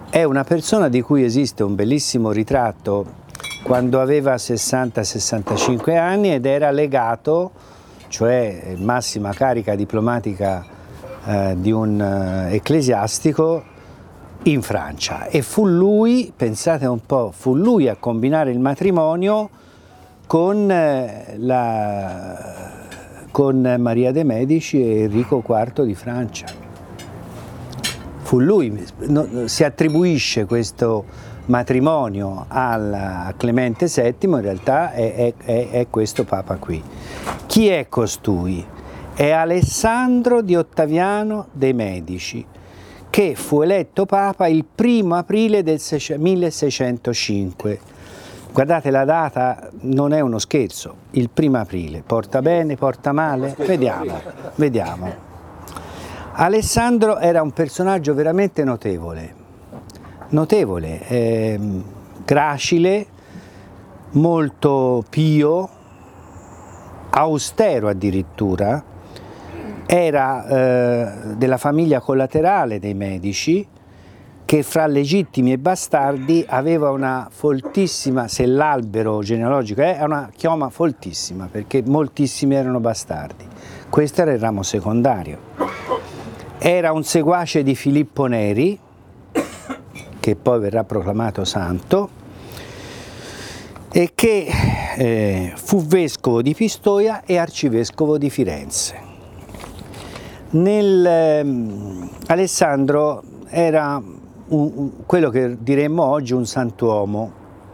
È una persona di cui esiste un bellissimo ritratto quando aveva 60-65 anni ed era legato, cioè massima carica diplomatica di un ecclesiastico in Francia, e fu lui, pensate un po', fu lui a combinare il matrimonio con Maria de' Medici e Enrico IV di Francia. Fu lui, si attribuisce questo matrimonio a Clemente VII, in realtà è questo Papa qui. Chi è costui? È Alessandro di Ottaviano de' Medici, che fu eletto Papa il 1° aprile del 1605. Guardate, la data non è uno scherzo, il 1° aprile. Porta bene, porta male? Vediamo. Alessandro era un personaggio veramente notevole, gracile, molto pio, austero addirittura, era della famiglia collaterale dei Medici, che fra legittimi e bastardi aveva una foltissima, se l'albero genealogico è una chioma foltissima, perché moltissimi erano bastardi. Questo era il ramo secondario. Era un seguace di Filippo Neri, che poi verrà proclamato santo, e che fu vescovo di Pistoia e arcivescovo di Firenze. Alessandro era quello che diremmo oggi un santuomo,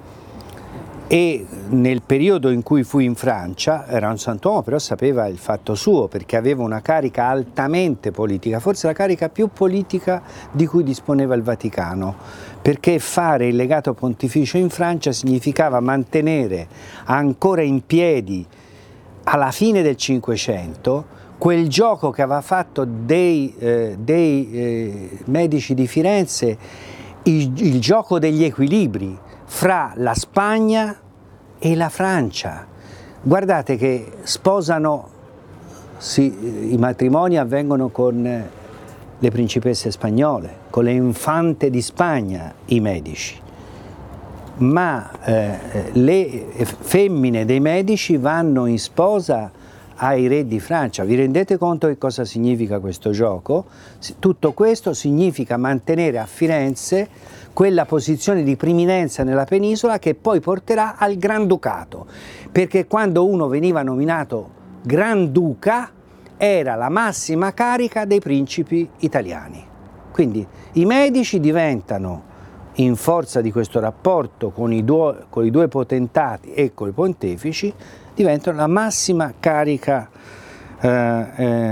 e nel periodo in cui fu in Francia era un santuomo, però sapeva il fatto suo, perché aveva una carica altamente politica, forse la carica più politica di cui disponeva il Vaticano, perché fare il legato pontificio in Francia significava mantenere ancora in piedi alla fine del Cinquecento quel gioco che aveva fatto dei Medici di Firenze, il gioco degli equilibri fra la Spagna e la Francia. Guardate che sposano, i matrimoni avvengono con le principesse spagnole, con le infante di Spagna, i Medici, ma le femmine dei Medici vanno in sposa ai re di Francia. Vi rendete conto che cosa significa questo gioco? Tutto questo significa mantenere a Firenze quella posizione di preminenza nella penisola che poi porterà al Granducato, perché quando uno veniva nominato Granduca era la massima carica dei principi italiani. Quindi i Medici diventano, in forza di questo rapporto con i due potentati e con i pontefici, diventano la massima carica e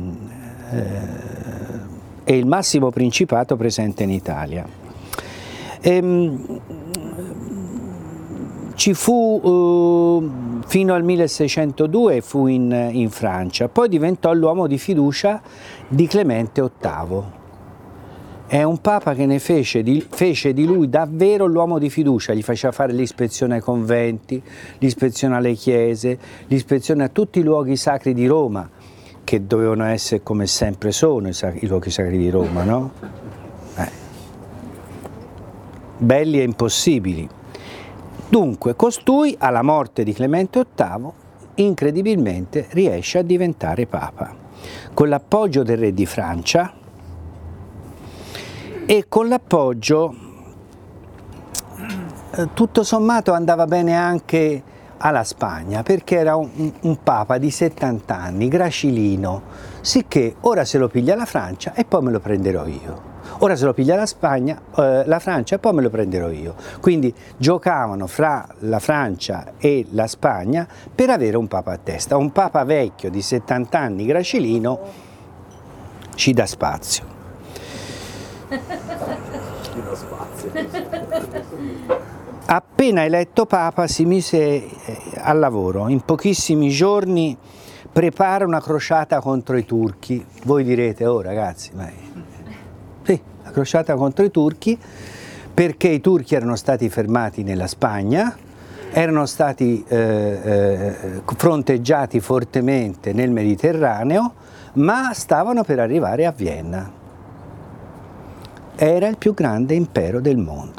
il massimo principato presente in Italia. Ci fu fino al 1602, fu in Francia, poi diventò l'uomo di fiducia di Clemente VIII. È un papa che ne fece di lui davvero l'uomo di fiducia, gli faceva fare l'ispezione ai conventi, l'ispezione alle chiese, l'ispezione a tutti i luoghi sacri di Roma, che dovevano essere come sempre sono i luoghi sacri di Roma, no? Belli e impossibili. Dunque, costui, alla morte di Clemente VIII, incredibilmente riesce a diventare papa, con l'appoggio del re di Francia e con l'appoggio, tutto sommato andava bene anche alla Spagna, perché era un papa di 70 anni, gracilino, sicché ora se lo piglia la Francia e poi me lo prenderò io. Ora se lo piglia la Francia e poi me lo prenderò io. Quindi giocavano fra la Francia e la Spagna per avere un papa a testa. Un papa vecchio di 70 anni, gracilino, ci dà spazio. Appena eletto papa si mise al lavoro. In pochissimi giorni prepara una crociata contro i turchi. Voi direte, oh ragazzi, ma sì, la crociata contro i turchi, perché i turchi erano stati fermati nella Spagna, erano stati fronteggiati fortemente nel Mediterraneo, ma stavano per arrivare a Vienna. era il più grande impero del mondo.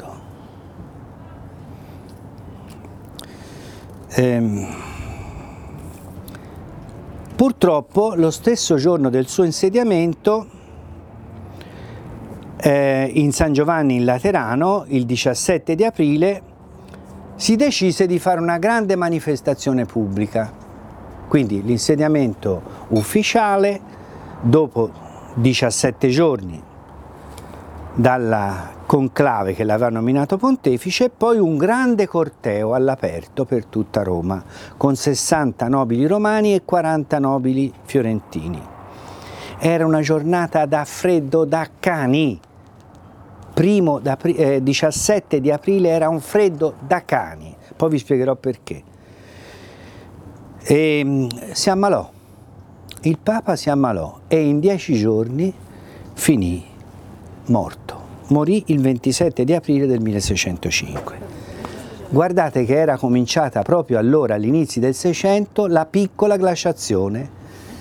Purtroppo lo stesso giorno del suo insediamento in San Giovanni in Laterano, il 17 di aprile, si decise di fare una grande manifestazione pubblica. Quindi l'insediamento ufficiale, dopo 17 giorni dalla conclave che l'aveva nominato pontefice, e poi un grande corteo all'aperto per tutta Roma, con 60 nobili romani e 40 nobili fiorentini. Era una giornata da freddo da cani. 17 di aprile era un freddo da cani, poi vi spiegherò perché. E si ammalò, il Papa si ammalò e in 10 giorni finì morto. Morì il 27 di aprile del 1605. Guardate che era cominciata proprio allora, all'inizio del 600, la piccola glaciazione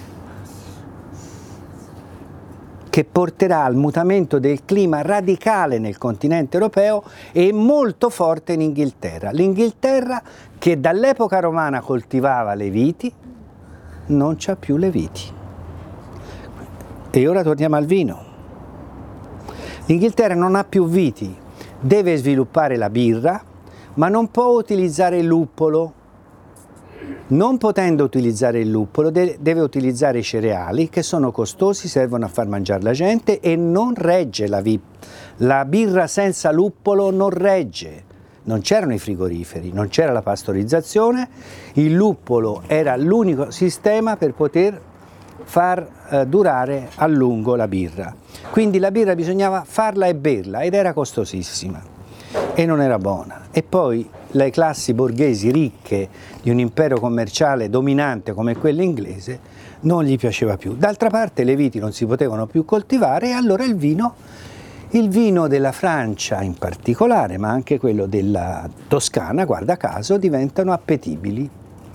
che porterà al mutamento del clima radicale nel continente europeo e molto forte in Inghilterra. L'Inghilterra, che dall'epoca romana coltivava le viti, non c'ha più le viti. E ora torniamo al vino. L'Inghilterra non ha più viti, deve sviluppare la birra, ma non può utilizzare il luppolo. Non potendo utilizzare il luppolo, deve utilizzare i cereali, che sono costosi, servono a far mangiare la gente, e non regge la birra senza luppolo, non regge. Non c'erano i frigoriferi, non c'era la pastorizzazione, il luppolo era l'unico sistema per poter far durare a lungo la birra. Quindi la birra bisognava farla e berla, ed era costosissima e non era buona. E poi le classi borghesi ricche di un impero commerciale dominante come quello inglese non gli piaceva più. D'altra parte le viti non si potevano più coltivare, e allora il vino della Francia in particolare, ma anche quello della Toscana, guarda caso, diventano appetibili.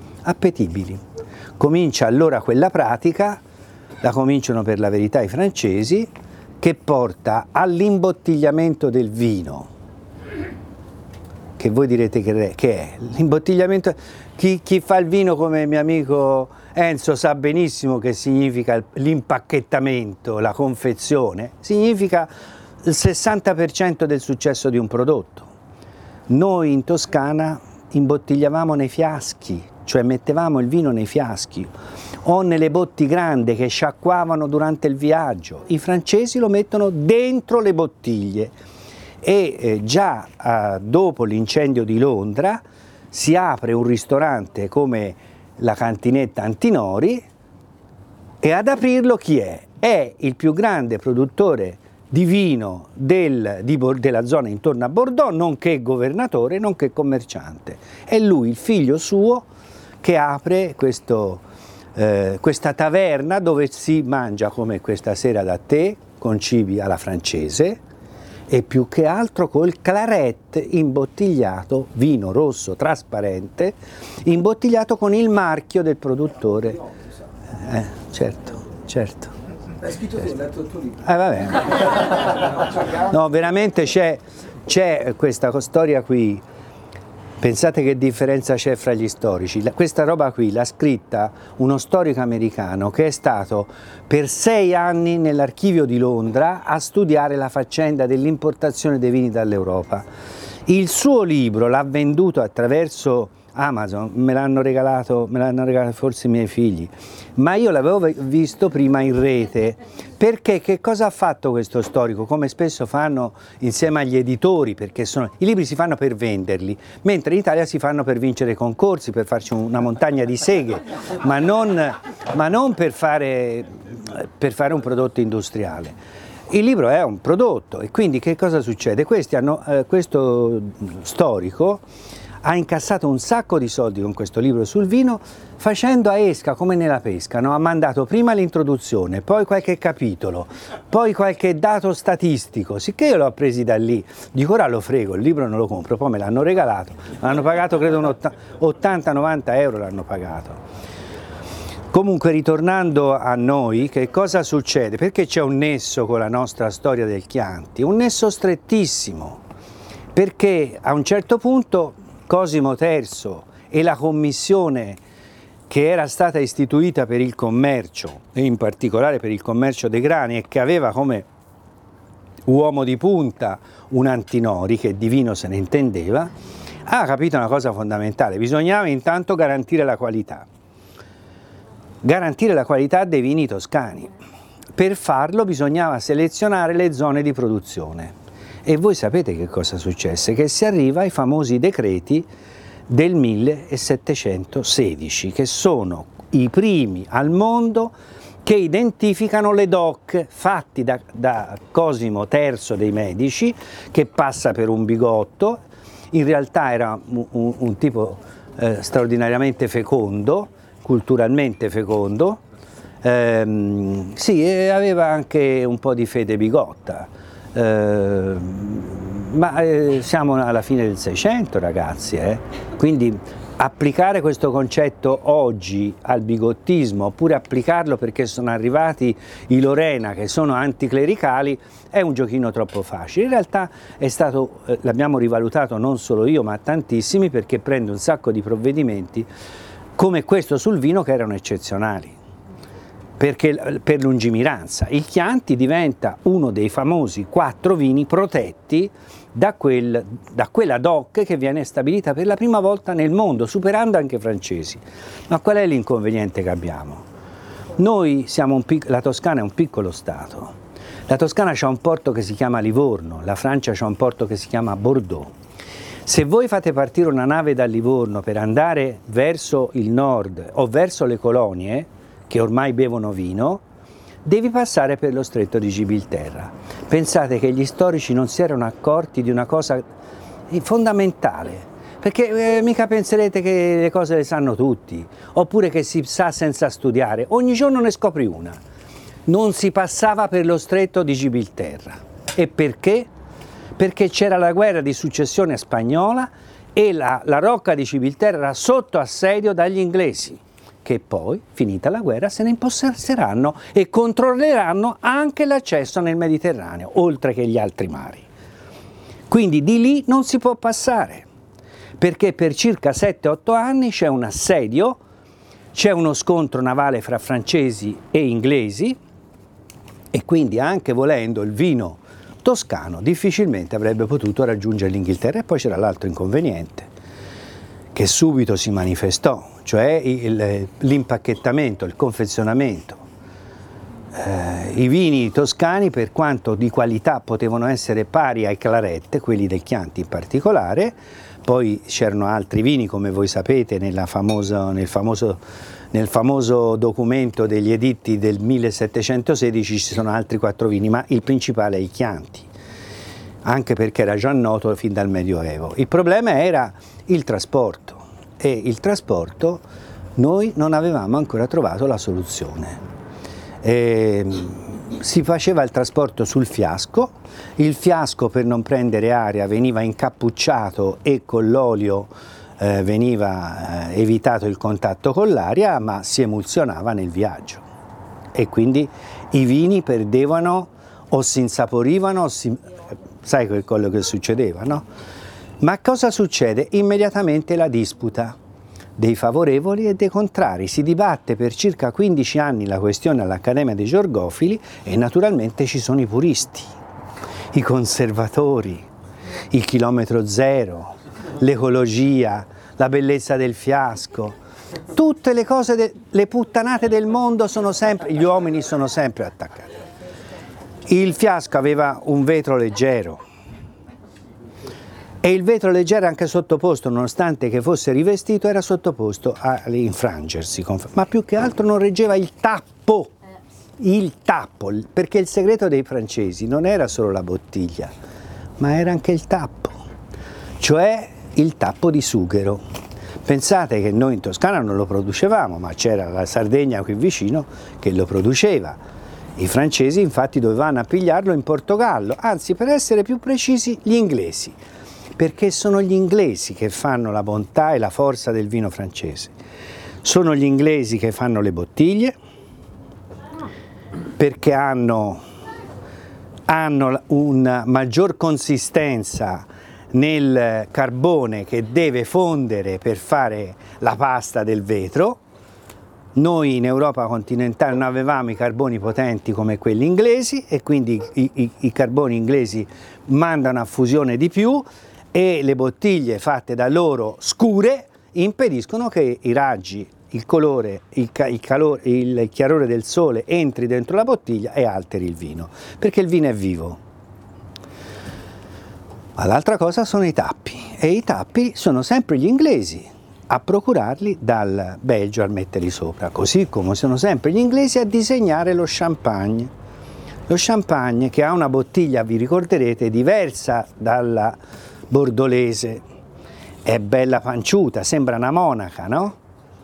Comincia allora quella pratica, la cominciano per la verità i francesi, che porta all'imbottigliamento del vino, che voi direte che è. L'imbottigliamento, chi fa il vino come mio amico Enzo sa benissimo che significa l'impacchettamento, la confezione, significa il 60% del successo di un prodotto. Noi in Toscana imbottigliavamo nei fiaschi, cioè mettevamo il vino nei fiaschi o nelle botti grandi che sciacquavano durante il viaggio. I francesi lo mettono dentro le bottiglie. E già dopo l'incendio di Londra si apre un ristorante come la Cantinetta Antinori, e ad aprirlo chi è? È il più grande produttore di vino della zona intorno a Bordeaux, nonché governatore, nonché commerciante. È lui, il figlio suo, che apre questa taverna dove si mangia come questa sera da te, con cibi alla francese, e più che altro col claret imbottigliato, vino rosso trasparente, imbottigliato con il marchio del produttore. Certo. Hai scritto tu, ho letto il tuo libro. Vabbè. No, veramente c'è questa storia qui. Pensate che differenza c'è fra gli storici. Questa roba qui l'ha scritta uno storico americano che è stato per 6 anni nell'archivio di Londra a studiare la faccenda dell'importazione dei vini dall'Europa. Il suo libro l'ha venduto attraverso Amazon, me l'hanno regalato forse i miei figli, ma io l'avevo visto prima in rete, perché che cosa ha fatto questo storico? Come spesso fanno insieme agli editori, perché i libri si fanno per venderli, mentre in Italia si fanno per vincere concorsi, per farci una montagna di seghe, ma non per fare un prodotto industriale. Il libro è un prodotto, e quindi che cosa succede? Questo storico ha incassato un sacco di soldi con questo libro sul vino, facendo a esca come nella pesca, no? Ha mandato prima l'introduzione, poi qualche capitolo, poi qualche dato statistico, sicché io l'ho presi da lì, dico ora lo frego, il libro non lo compro, poi me l'hanno regalato, l'hanno pagato credo 80-90 euro l'hanno pagato. Comunque, ritornando a noi, che cosa succede? Perché c'è un nesso con la nostra storia del Chianti, un nesso strettissimo, perché a un certo punto Cosimo III e la commissione che era stata istituita per il commercio, e in particolare per il commercio dei grani, e che aveva come uomo di punta un Antinori, che di vino se ne intendeva, ha capito una cosa fondamentale: bisognava intanto garantire la qualità dei vini toscani. Per farlo bisognava selezionare le zone di produzione, e voi sapete che cosa successe? Che si arriva ai famosi decreti del 1716, che sono i primi al mondo che identificano le DOC, fatti da Cosimo III dei Medici, che passa per un bigotto. In realtà era un tipo straordinariamente fecondo, culturalmente fecondo, sì, e aveva anche un po' di fede bigotta, ma siamo alla fine del Seicento, ragazzi, quindi applicare questo concetto oggi al bigottismo, oppure applicarlo perché sono arrivati i Lorena che sono anticlericali, è un giochino troppo facile. In realtà è stato, l'abbiamo rivalutato non solo io ma tantissimi, perché prende un sacco di provvedimenti come questo sul vino che erano eccezionali, perché per lungimiranza il Chianti diventa uno dei famosi 4 vini protetti da quella DOC che viene stabilita per la prima volta nel mondo, superando anche i francesi. Ma qual è l'inconveniente che abbiamo? Noi siamo la Toscana è un piccolo stato, la Toscana c'ha un porto che si chiama Livorno, la Francia c'ha un porto che si chiama Bordeaux. Se voi fate partire una nave da Livorno per andare verso il nord o verso le colonie, che ormai bevono vino, devi passare per lo stretto di Gibilterra. Pensate che gli storici non si erano accorti di una cosa fondamentale, perché mica penserete che le cose le sanno tutti, oppure che si sa senza studiare. Ogni giorno ne scopri una. Non si passava per lo stretto di Gibilterra. E perché? Perché c'era la guerra di successione spagnola e la Rocca di Gibilterra era sotto assedio dagli inglesi, che poi, finita la guerra, se ne impossesseranno e controlleranno anche l'accesso nel Mediterraneo, oltre che gli altri mari. Quindi di lì non si può passare, perché per circa 7-8 anni c'è un assedio, c'è uno scontro navale fra francesi e inglesi, e quindi anche volendo il vino toscano difficilmente avrebbe potuto raggiungere l'Inghilterra. E poi c'era l'altro inconveniente che subito si manifestò, cioè l'impacchettamento, il confezionamento. I vini toscani, per quanto di qualità potevano essere pari ai Claret, quelli del Chianti in particolare, poi c'erano altri vini, come voi sapete, nel famoso documento degli editti del 1716 ci sono altri 4 vini, ma il principale è il Chianti, anche perché era già noto fin dal Medioevo. Il problema era il trasporto, e il trasporto noi non avevamo ancora trovato la soluzione. Si faceva il trasporto sul fiasco, il fiasco, per non prendere aria, veniva incappucciato e con l'olio veniva evitato il contatto con l'aria, ma si emulsionava nel viaggio, e quindi i vini perdevano o si insaporivano, sai quello che succedeva, no? Ma cosa succede? Immediatamente la disputa dei favorevoli e dei contrari. Si dibatte per circa 15 anni la questione all'Accademia dei Georgofili, e naturalmente ci sono i puristi, i conservatori, il chilometro zero, l'ecologia, la bellezza del fiasco. Tutte le cose, le puttanate del mondo sono sempre, gli uomini sono sempre attaccati. Il fiasco aveva un vetro leggero, e il vetro leggero anche sottoposto, nonostante che fosse rivestito, era sottoposto all'infrangersi, ma più che altro non reggeva il tappo, perché il segreto dei francesi non era solo la bottiglia, ma era anche il tappo, cioè il tappo di sughero. Pensate che noi in Toscana non lo producevamo, ma c'era la Sardegna qui vicino che lo produceva. I francesi infatti dovevano appigliarlo in Portogallo, anzi, per essere più precisi, gli inglesi, perché sono gli inglesi che fanno la bontà e la forza del vino francese. Sono gli inglesi che fanno le bottiglie, perché hanno una maggior consistenza nel carbone che deve fondere per fare la pasta del vetro. Noi in Europa continentale non avevamo i carboni potenti come quelli inglesi e quindi i carboni inglesi mandano a fusione di più e le bottiglie fatte da loro scure impediscono che i raggi, il colore, il chiarore del sole entri dentro la bottiglia e alteri il vino, perché il vino è vivo. Ma l'altra cosa sono i tappi, e i tappi sono sempre gli inglesi a procurarli dal Belgio, a metterli sopra, così come sono sempre gli inglesi a disegnare lo champagne. Lo champagne che ha una bottiglia, vi ricorderete, diversa dalla bordolese, è bella panciuta, sembra una monaca, no?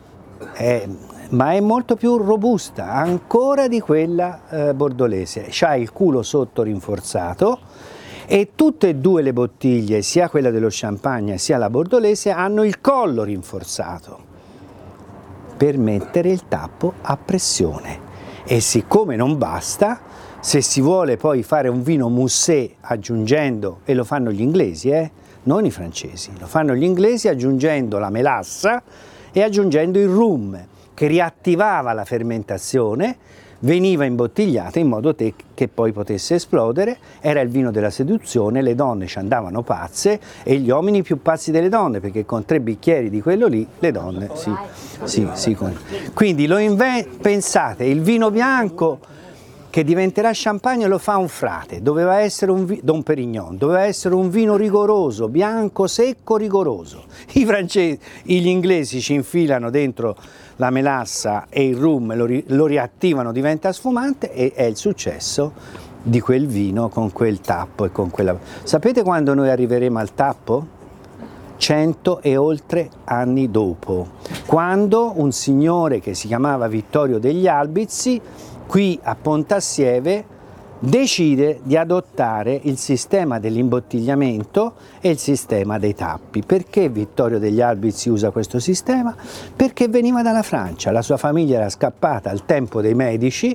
Ma è molto più robusta ancora di quella bordolese, c'ha il culo sotto rinforzato e tutte e due le bottiglie, sia quella dello champagne sia la bordolese, hanno il collo rinforzato per mettere il tappo a pressione. E siccome non basta, se si vuole poi fare un vino moussé aggiungendo, e lo fanno gli inglesi, non i francesi, lo fanno gli inglesi aggiungendo la melassa e aggiungendo il rum, che riattivava la fermentazione, veniva imbottigliato in modo che poi potesse esplodere, era il vino della seduzione, le donne ci andavano pazze e gli uomini più pazzi delle donne, perché con 3 bicchieri di quello lì le donne quindi pensate, il vino bianco che diventerà champagne lo fa un frate, doveva essere Don Perignon, doveva essere un vino rigoroso, bianco, secco, rigoroso. Gli inglesi ci infilano dentro la melassa e il rum, lo riattivano, diventa sfumante e è il successo di quel vino con quel tappo e con quella... Sapete quando noi arriveremo al tappo? 100 e oltre anni dopo, quando un signore che si chiamava Vittorio degli Albizzi qui a Pontassieve decide di adottare il sistema dell'imbottigliamento e il sistema dei tappi. Perché Vittorio degli Albizzi usa questo sistema? Perché veniva dalla Francia, la sua famiglia era scappata al tempo dei Medici,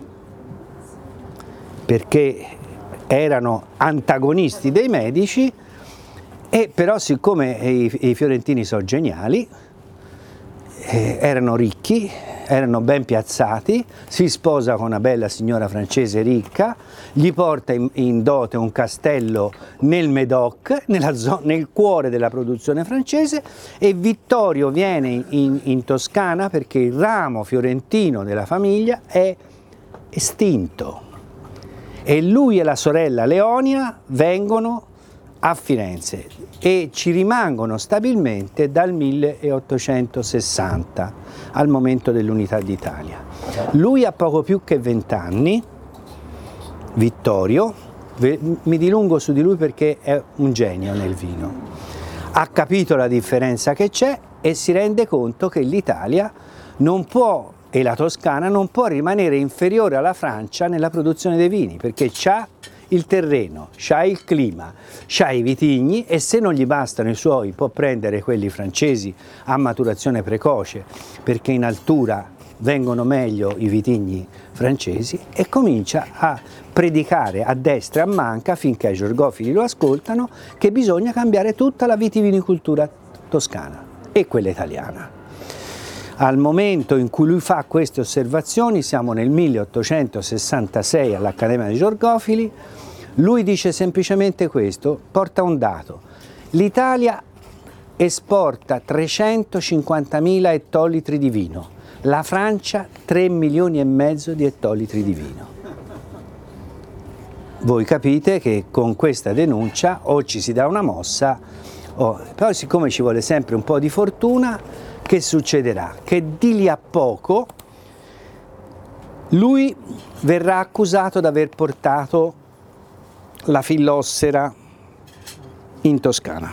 perché erano antagonisti dei Medici, e però siccome i fiorentini sono geniali, erano ricchi, erano ben piazzati, si sposa con una bella signora francese ricca, gli porta in dote un castello nel Médoc, nel cuore della produzione francese, e Vittorio viene in Toscana perché il ramo fiorentino della famiglia è estinto e lui e la sorella Leonia vengono a Firenze e ci rimangono stabilmente dal 1860 al momento dell'unità d'Italia. Lui ha poco più che 20 anni, Vittorio, mi dilungo su di lui perché è un genio nel vino, ha capito la differenza che c'è e si rende conto che l'Italia non può, e la Toscana non può rimanere inferiore alla Francia nella produzione dei vini, perché c'ha il terreno, c'ha il clima, c'ha i vitigni e se non gli bastano i suoi può prendere quelli francesi a maturazione precoce, perché in altura vengono meglio i vitigni francesi, e comincia a predicare a destra e a manca, finché i georgofili lo ascoltano, che bisogna cambiare tutta la vitivinicoltura toscana e quella italiana. Al momento in cui lui fa queste osservazioni, siamo nel 1866 all'Accademia dei Georgofili, lui dice semplicemente questo, porta un dato: l'Italia esporta 350.000 ettolitri di vino, la Francia 3,5 milioni di ettolitri di vino. Voi capite che con questa denuncia o ci si dà una mossa, però siccome ci vuole sempre un po' di fortuna, che succederà? Che di lì a poco lui verrà accusato di aver portato la fillossera in Toscana.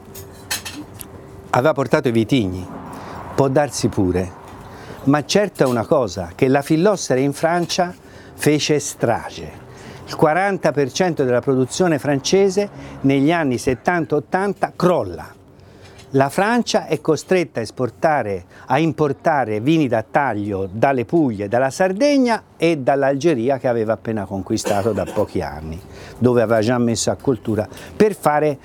Aveva portato i vitigni, può darsi pure, ma certo è una cosa, che la fillossera in Francia fece strage. Il 40% della produzione francese negli anni 70-80 crolla. La Francia è costretta a importare vini da taglio dalle Puglie, dalla Sardegna e dall'Algeria che aveva appena conquistato da pochi anni, dove aveva già messo a cultura per fare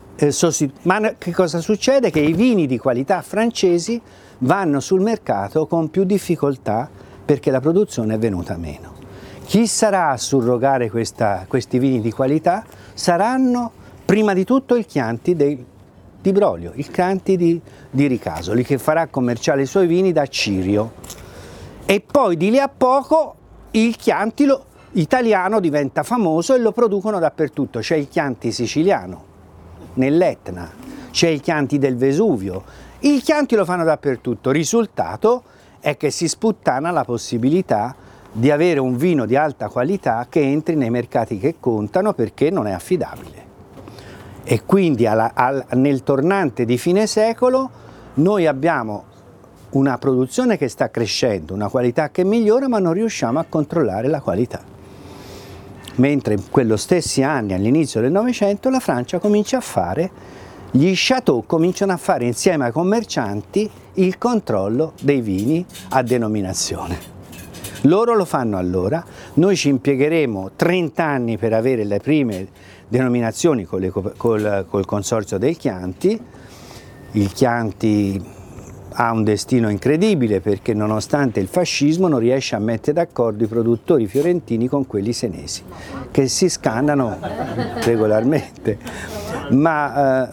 ma che cosa succede? Che i vini di qualità francesi vanno sul mercato con più difficoltà perché la produzione è venuta meno. Chi sarà a surrogare questi vini di qualità? Saranno prima di tutto il Chianti di Broglio, il Chianti di Ricasoli, che farà commerciare i suoi vini da Cirio, e poi di lì a poco il Chianti italiano diventa famoso e lo producono dappertutto. C'è il Chianti siciliano nell'Etna, c'è il Chianti del Vesuvio, il Chianti lo fanno dappertutto. Risultato è che si sputtana la possibilità di avere un vino di alta qualità che entri nei mercati che contano, perché non è affidabile. E quindi nel tornante di fine secolo noi abbiamo una produzione che sta crescendo, una qualità che migliora, ma non riusciamo a controllare la qualità. Mentre in quello stessi anni, all'inizio del Novecento, la Francia comincia a fare, gli chateau cominciano a fare insieme ai commercianti il controllo dei vini a denominazione. Loro lo fanno allora, noi ci impiegheremo 30 anni per avere le prime denominazioni col consorzio del Chianti. Il Chianti ha un destino incredibile perché nonostante il fascismo non riesce a mettere d'accordo i produttori fiorentini con quelli senesi, che si scannano regolarmente. Ma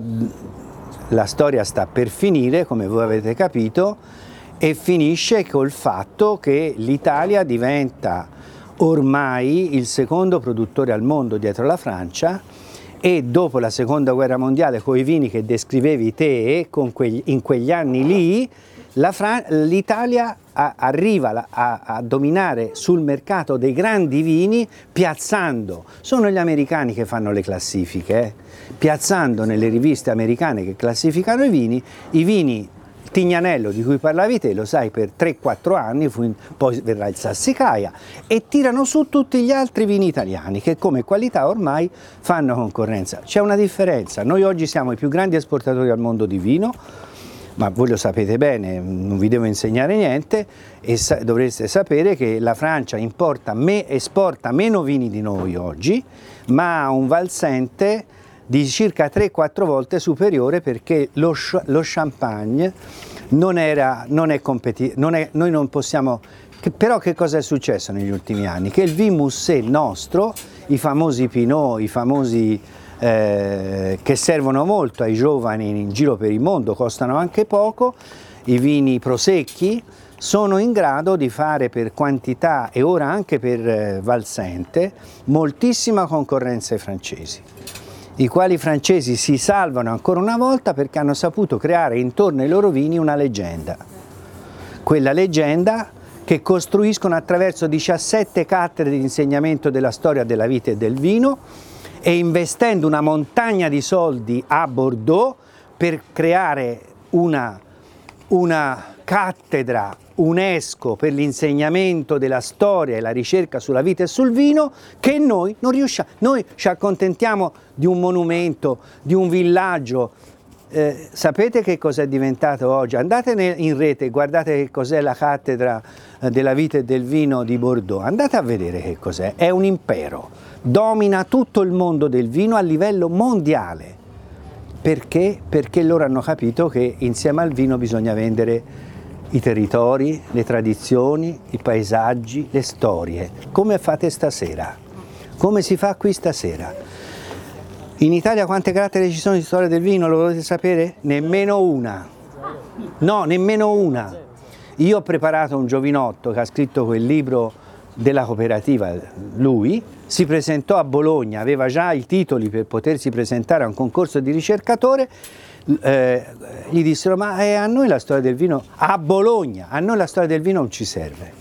la storia sta per finire, come voi avete capito, e finisce col fatto che l'Italia diventa ormai il secondo produttore al mondo dietro la Francia, e dopo la seconda guerra mondiale, con i vini che descrivevi te, in quegli anni lì, l'Italia arriva a dominare sul mercato dei grandi vini, piazzando, sono gli americani che fanno le classifiche, piazzando nelle riviste americane che classificano i vini Tignanello di cui parlavi te, lo sai, per 3-4 anni, poi verrà il Sassicaia, e tirano su tutti gli altri vini italiani che come qualità ormai fanno concorrenza. C'è una differenza, noi oggi siamo i più grandi esportatori al mondo di vino, ma voi lo sapete bene, non vi devo insegnare niente, e dovreste sapere che la Francia esporta meno vini di noi oggi, ma ha un valsente di circa 3-4 volte superiore, perché lo champagne noi non possiamo. Però che cosa è successo negli ultimi anni? Che il vin Musset nostro, i famosi Pinot, i famosi che servono molto ai giovani in giro per il mondo, costano anche poco, i vini prosecchi, sono in grado di fare per quantità e ora anche per valsente moltissima concorrenza ai francesi, i quali francesi si salvano ancora una volta perché hanno saputo creare intorno ai loro vini una leggenda. Quella leggenda che costruiscono attraverso 17 cattedre di insegnamento della storia della vita e del vino, e investendo una montagna di soldi a Bordeaux per creare una cattedra UNESCO per l'insegnamento della storia e la ricerca sulla vita e sul vino, che noi non riusciamo. Noi ci accontentiamo di un monumento, di un villaggio. Sapete che cos'è diventato oggi? Andate in rete e guardate che cos'è la cattedra della vita e del vino di Bordeaux, andate a vedere che cos'è. È un impero, domina tutto il mondo del vino a livello mondiale. Perché? Perché loro hanno capito che insieme al vino bisogna vendere i territori, le tradizioni, i paesaggi, le storie, come fate stasera, come si fa qui stasera. In Italia quante carattere ci sono di storia del vino, lo volete sapere? Nemmeno una. No, nemmeno una. Io ho preparato un giovinotto che ha scritto quel libro della cooperativa, lui si presentò a Bologna, aveva già i titoli per potersi presentare a un concorso di ricercatore, gli dissero ma a noi la storia del vino, a Bologna, a noi la storia del vino non ci serve.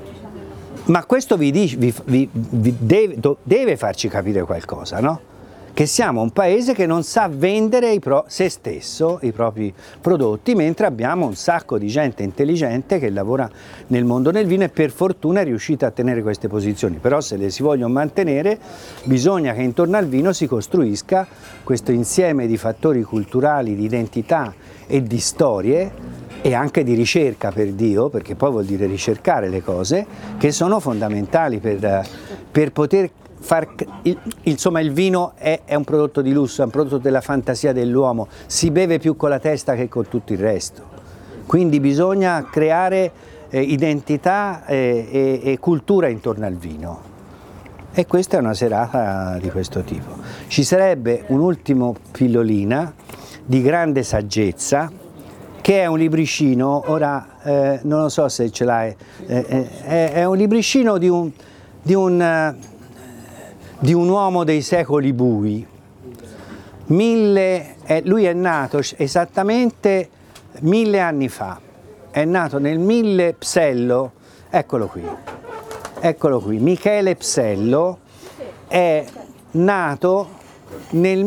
Ma questo deve farci capire qualcosa, no? che siamo un paese che non sa vendere se stesso, i propri prodotti, mentre abbiamo un sacco di gente intelligente che lavora nel mondo del vino e per fortuna è riuscita a tenere queste posizioni. Però se le si vogliono mantenere bisogna che intorno al vino si costruisca questo insieme di fattori culturali, di identità e di storie e anche di ricerca, per Dio, perché poi vuol dire ricercare le cose, che sono fondamentali per poter insomma, il vino è un prodotto di lusso, è un prodotto della fantasia dell'uomo, si beve più con la testa che con tutto il resto, quindi bisogna creare identità e cultura intorno al vino, e questa è una serata di questo tipo. Ci sarebbe un'ultima pillolina di grande saggezza, che è un libricino, ora non lo so se ce l'hai, è un libricino di un uomo dei secoli bui. Lui è nato esattamente 1000 anni fa, è nato nel 1000 Psello, eccolo qui, Michele Psello è nato nel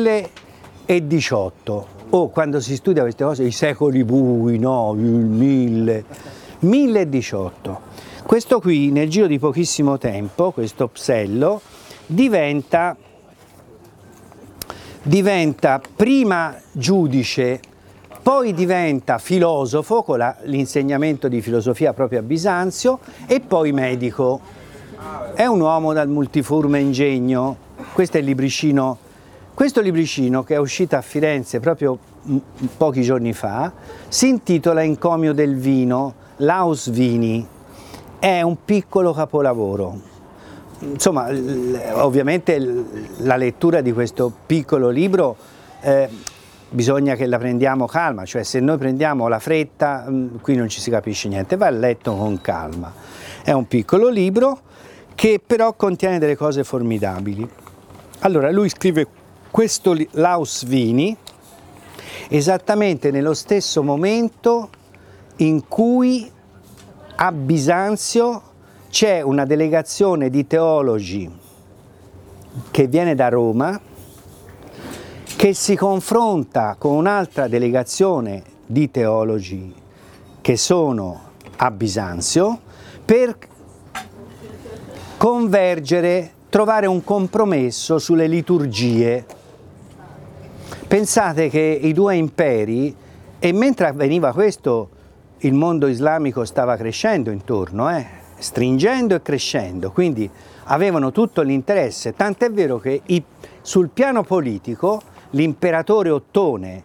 1018. Quando si studia queste cose, i secoli bui, no, il 1018. Questo qui, nel giro di pochissimo tempo, questo Psello, diventa prima giudice, poi diventa filosofo con l'insegnamento di filosofia proprio a Bisanzio e poi medico. È un uomo dal multiforme ingegno. Questo è il libricino. Questo libricino, che è uscito a Firenze proprio pochi giorni fa, si intitola Encomio del vino, Laus Vini. È un piccolo capolavoro. Insomma, ovviamente la lettura di questo piccolo libro bisogna che la prendiamo calma, cioè se noi prendiamo la fretta qui non ci si capisce niente, va letto con calma. È un piccolo libro che però contiene delle cose formidabili. Allora, lui scrive questo Laus Vini esattamente nello stesso momento in cui a Bisanzio c'è una delegazione di teologi che viene da Roma, che si confronta con un'altra delegazione di teologi che sono a Bisanzio per convergere, trovare un compromesso sulle liturgie. Pensate che i due imperi, e mentre avveniva questo, il mondo islamico stava crescendo intorno, stringendo e crescendo, quindi avevano tutto l'interesse, tant'è vero che sul piano politico l'imperatore Ottone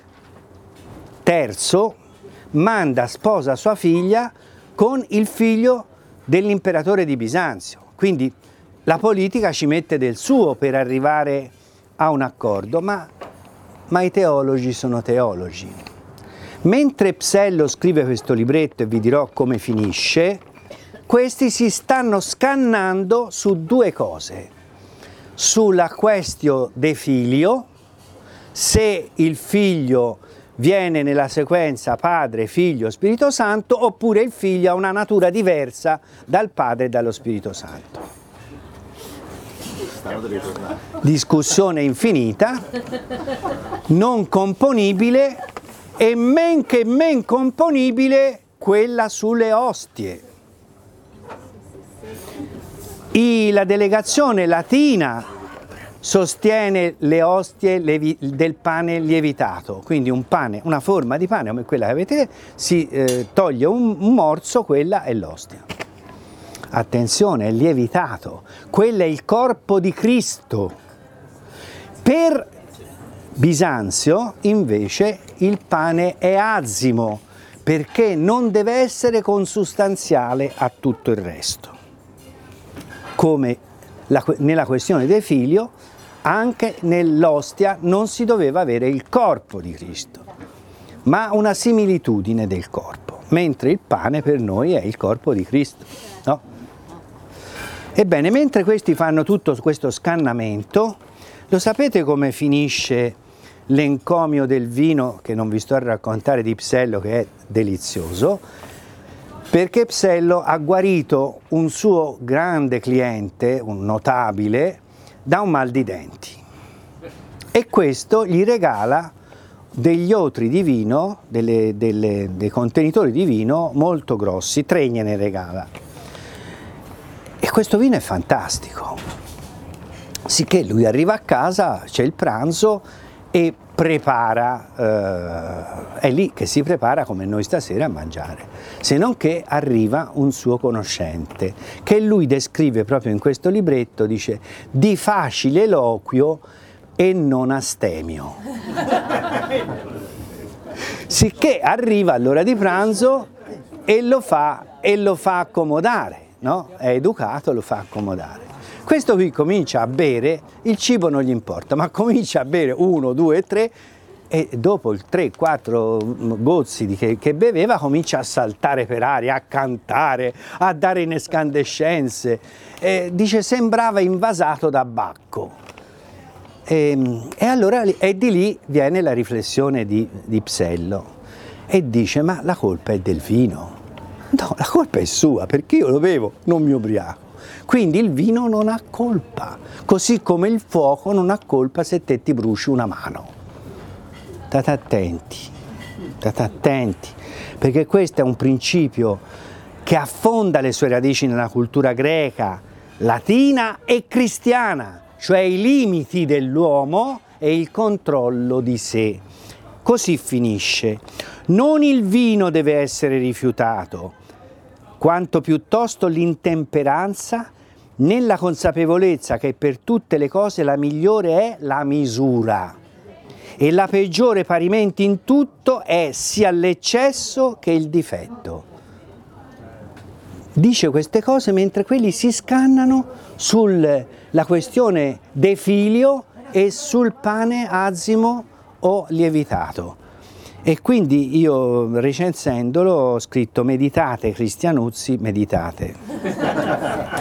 III sposa sua figlia con il figlio dell'imperatore di Bisanzio, quindi la politica ci mette del suo per arrivare a un accordo, ma i teologi sono teologi. Mentre Psello scrive questo libretto, e vi dirò come finisce, questi si stanno scannando su due cose: sulla questione de filio, se il figlio viene nella sequenza Padre, Figlio, Spirito Santo, oppure il figlio ha una natura diversa dal Padre e dallo Spirito Santo. Discussione infinita, non componibile, e men che men componibile quella sulle ostie. La delegazione latina sostiene le ostie del pane lievitato, quindi un pane, una forma di pane come quella che avete, si toglie un morso, quella è l'ostia. Attenzione, è lievitato, quello è il corpo di Cristo. Per Bisanzio invece il pane è azimo, perché non deve essere consustanziale a tutto il resto. Come nella questione del figlio, anche nell'ostia non si doveva avere il corpo di Cristo, ma una similitudine del corpo, mentre il pane per noi è il corpo di Cristo, no? Ebbene, mentre questi fanno tutto questo scannamento, lo sapete come finisce l'encomio del vino, che non vi sto a raccontare, di Psello, che è delizioso, perché Psello ha guarito un suo grande cliente, un notabile, da un mal di denti. e questo gli regala degli otri di vino, dei contenitori di vino molto grossi, 3 gliene regala. E questo vino è fantastico. Sicché lui arriva a casa, c'è il pranzo e prepara, è lì che si prepara come noi stasera a mangiare, se non che arriva un suo conoscente che lui descrive proprio in questo libretto, dice di facile eloquio e non astemio. Sicché arriva all'ora di pranzo e lo fa accomodare, no? È educato, lo fa accomodare. Questo qui comincia a bere, il cibo non gli importa, ma comincia a bere 1, 2, 3 e dopo il 3-4 gozzi che beveva comincia a saltare per aria, a cantare, a dare in escandescenze. Dice sembrava invasato da Bacco. E allora di lì viene la riflessione di Psello e dice ma la colpa è del vino. No, la colpa è sua perché io lo bevo, non mi ubriaco. Quindi il vino non ha colpa, così come il fuoco non ha colpa se te ti bruci una mano. State attenti, perché questo è un principio che affonda le sue radici nella cultura greca, latina e cristiana, cioè i limiti dell'uomo e il controllo di sé. Così finisce. Non il vino deve essere rifiutato, quanto piuttosto l'intemperanza, nella consapevolezza che per tutte le cose la migliore è la misura e la peggiore parimenti in tutto è sia l'eccesso che il difetto. Dice queste cose mentre quelli si scannano sulla questione de filio e sul pane azimo o lievitato. E quindi io recensendolo ho scritto meditate Cristianuzzi, meditate.